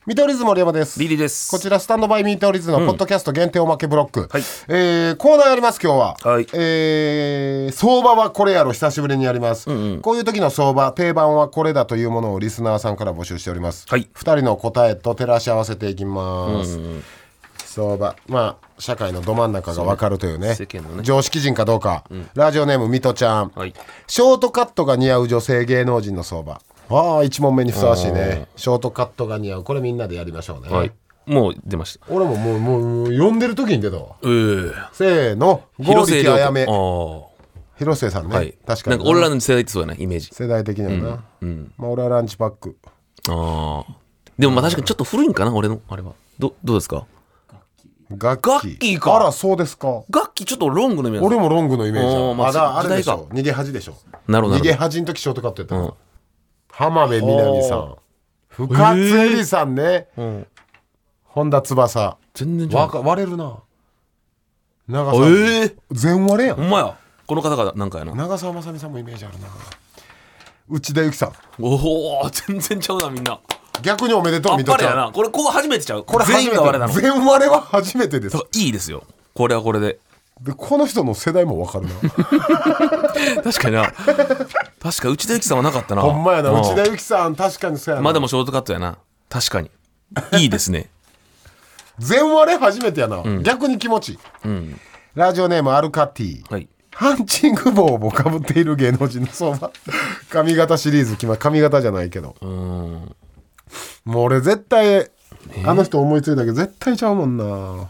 見取り図森山です。 リリーです。 こちらスタンドバイ見取り図のポッドキャスト限定おまけブロック、 はい、 コーナーやります今日は、 はい、 相場はこれやろ久しぶりにやります、こういう時の相場定番はこれだというものをリスナーさんから募集しております、 はい、 2人の答えと照らし合わせていきます、相場まあ社会のど真ん中が分かるというね、 世間のね常識人かどうか、ラジオネームみとちゃん、 はい、 ショートカットが似合う女性芸能人の相場。ああ1問目にふさわしいね。ショートカットが似合う、これみんなでやりましょうね、 はい、もう出ました。 俺ももう読んでる時に出たわ、せーの広末涼子。 あやめ広末さんね、はい、確かになんか俺らの世代ってそうやなイメージ、 世代的にはな、まあ俺はランチパック。 でもまあ確かにちょっと古いんかな俺のあれは。どうですか？ 楽器か。あらそうですか。 楽器ちょっとロングのイメージ。 俺もロングのイメージ。 まだあれでしょ、逃げ恥でしょ。 なるほど。 逃げ恥の時ショートカットやったの、浜辺美波さん、深津絵里さんね、本田翼。 全然割れるな。長澤全割れやん。 ほんまや。この方がなんかやな。 長澤まさみさんもイメージあるな。内田有紀さん。 おお全然ちゃうなみんな。 逆におめでとう。 みとちゃん。これ初めてちゃう。 これ全員が割れたの。全割れは初めてです。 いいですよ。これはこれで。 でこの人の世代も分かるな。 確かにな。確か内田有紀さんはなかったな。 ほんまやな。内田有紀さん確かにそうやな。 まあでもショートカットやな。確かにいいですね。 全割れ初めてやな、逆に気持ちいい、ラジオネームアルカティ、はい、ハンチング帽をかぶっている芸能人の相場。髪型シリーズ髪型じゃないけど、もう俺絶対あの人思いついたけど絶対ちゃうもんな。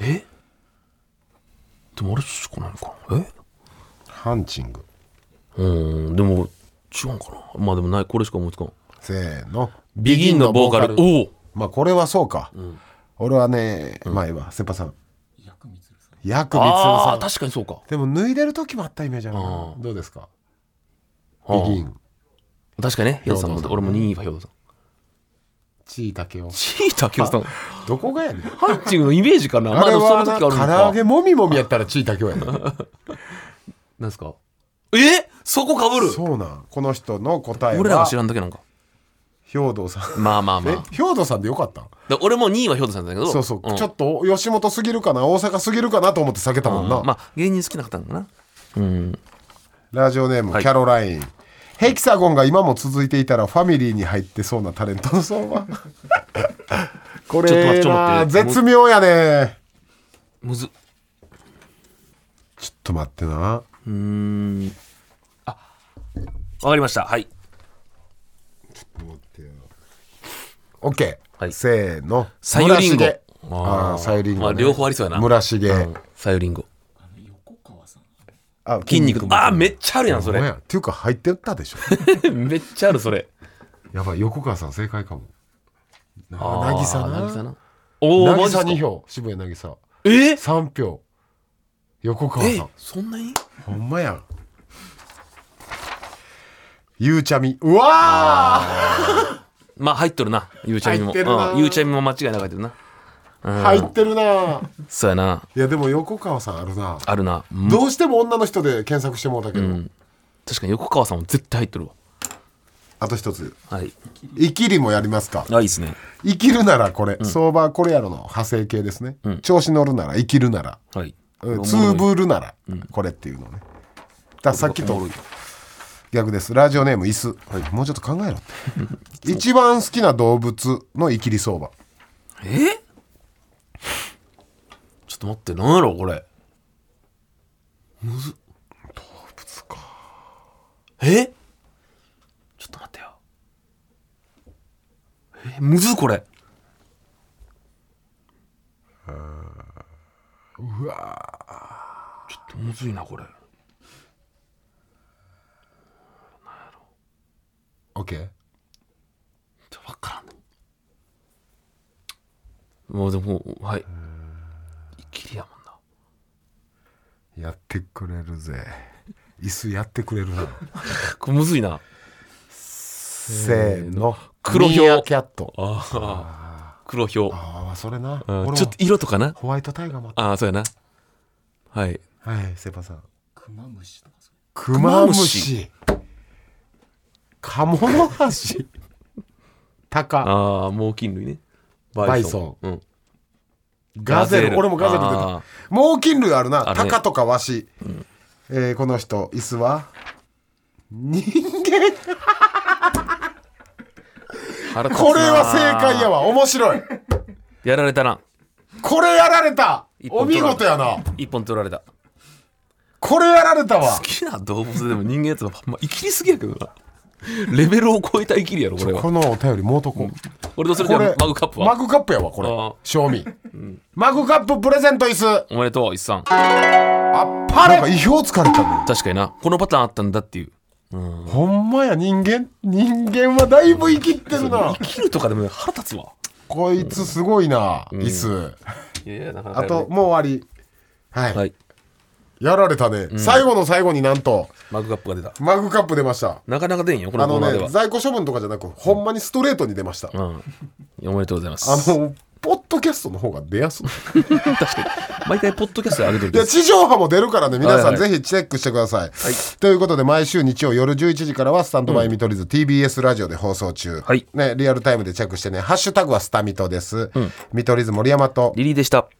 でもあれしかないのか。 ハンチング。 でも違うんかな。まあでもない、これしか思いつかん。 せーの。 ビギンのボーカル。おお。 まあこれはそうか。俺はね、前はセパさん。ヤクミツルさん。 確かにそうか。 でも脱いでる時もあったイメージあるな。どうですか？ビギン。 確かにね。ヒョウさんも俺も2位はヒョウさん。 チータケオ。 チータケオさん。 どこがやねん。 ハンチングのイメージかな。 あれはな、唐揚げもみもみやったらチータケオやねん。 なんすか？そこかぶる。 そうなん。この人の答えは俺らが知らんだけなんか。 兵藤さん。 まあ兵藤さんでよかった。 俺も2位は兵藤さんだけど、 そう、ちょっと吉本すぎるかな、大阪すぎるかなと思って避けたもんな。 まあ芸人好きな方かな。 ラジオネーム、キャロライン。ヘキサゴンが今も続いていたらファミリーに入ってそうなタレントの相場。これな絶妙やね。 むず。 ちょっと待ってな。 わかりました。はい。 ちょっと待ってよ。オッケー、 はい、 せーの。 さゆりんご。 さゆりんご、 両方ありそうやな。 村重。 さゆりんご。 横川さん。 筋肉。めっちゃあるやんそれ。 っていうか入ってったでしょ。 めっちゃあるそれ。 やばい、横川さん正解かも。渚な。渚2票。渋谷渚。3票。横川さん。 そんなに？ ほんまやん。ゆうちゃみ。うわー。 まあ入っとるな。ゆうちゃみも。ゆうちゃみも間違いなかったな。 入ってるな。 そうやな。 いやでも横川さんあるな。 あるな。 どうしても女の人で検索してもうたけど、 確かに横川さんも絶対入ってるわ。 あと一つ。 はい。 生きりもやりますか？ いいですね。 生きるならこれ、相場これやろの派生系ですね。調子乗るなら生きるなら、 はい。 つぶるならこれっていうのね。ださっきと逆です。ラジオネーム椅子、もうちょっと考えろって。一番好きな動物の生きり相場。 ちょっと待って、何やろこれ。むず。 動物か。 ちょっと待ってよ。むずこれ。 うわちょっとむずいなこれ。 オッケー。 分からん。もうでもはい。生きりやもんな。 やってくれるぜ。椅子やってくれるな。 これむずいな。 せーの。 黒ヒョウ。 キャット。 黒ヒョウ。 それな。 ちょっと色とかな。 ホワイトタイガーも。 そうやな。はい。 セパさん。 クマムシとか。 クマムシ。カモノハシ。タカ。 猛禽類ね。 バイソン、 ン、ガゼル、俺もガゼル出た。猛禽類あるな、 あるねタカとかワシ、この人椅子は人間腹立つなこれは正解やわ。面白い。 やられたな。 これやられた。お見一本取られた事やな。 一本取られた。 これやられたわ好。きな動物でも人間やつは、生きりすぎやけどな。レベルを超えた生きりやろこれは。 このお便りもうとこ、 俺とそれじゃこれマグカップはマグカップやわこれあー。 賞味、マグカッププレゼント椅子。 おめでとう一さん。 あっぱれ。なんか意表つかれたね。 確かにな、このパターンあったんだっていう。 ほんまや。人間はだいぶ生きってるな。 生きるとかでも腹立つわ。 こいつすごいな、椅子。 いやなかなかあともう終わり。はい、 はい、 やられたね、最後の最後になんとマグカップが出た。 マグカップ出ました。 なかなか出んよこのコーナーでは。 在庫処分とかじゃなくほんまにストレートに出ました、 おめでとうございます。 ポッドキャストの方が出やすい。 確かに毎回ポッドキャストで上げてるいや地上波も出るからね、皆さんはいはいぜひチェックしてください、ということで毎週日曜夜11時からはスタンドバイ見取り図 TBS ラジオで放送中、 はいね、リアルタイムでチェックしてね。ハッシュタグはスタミトです、見取り図森山とリリーでした。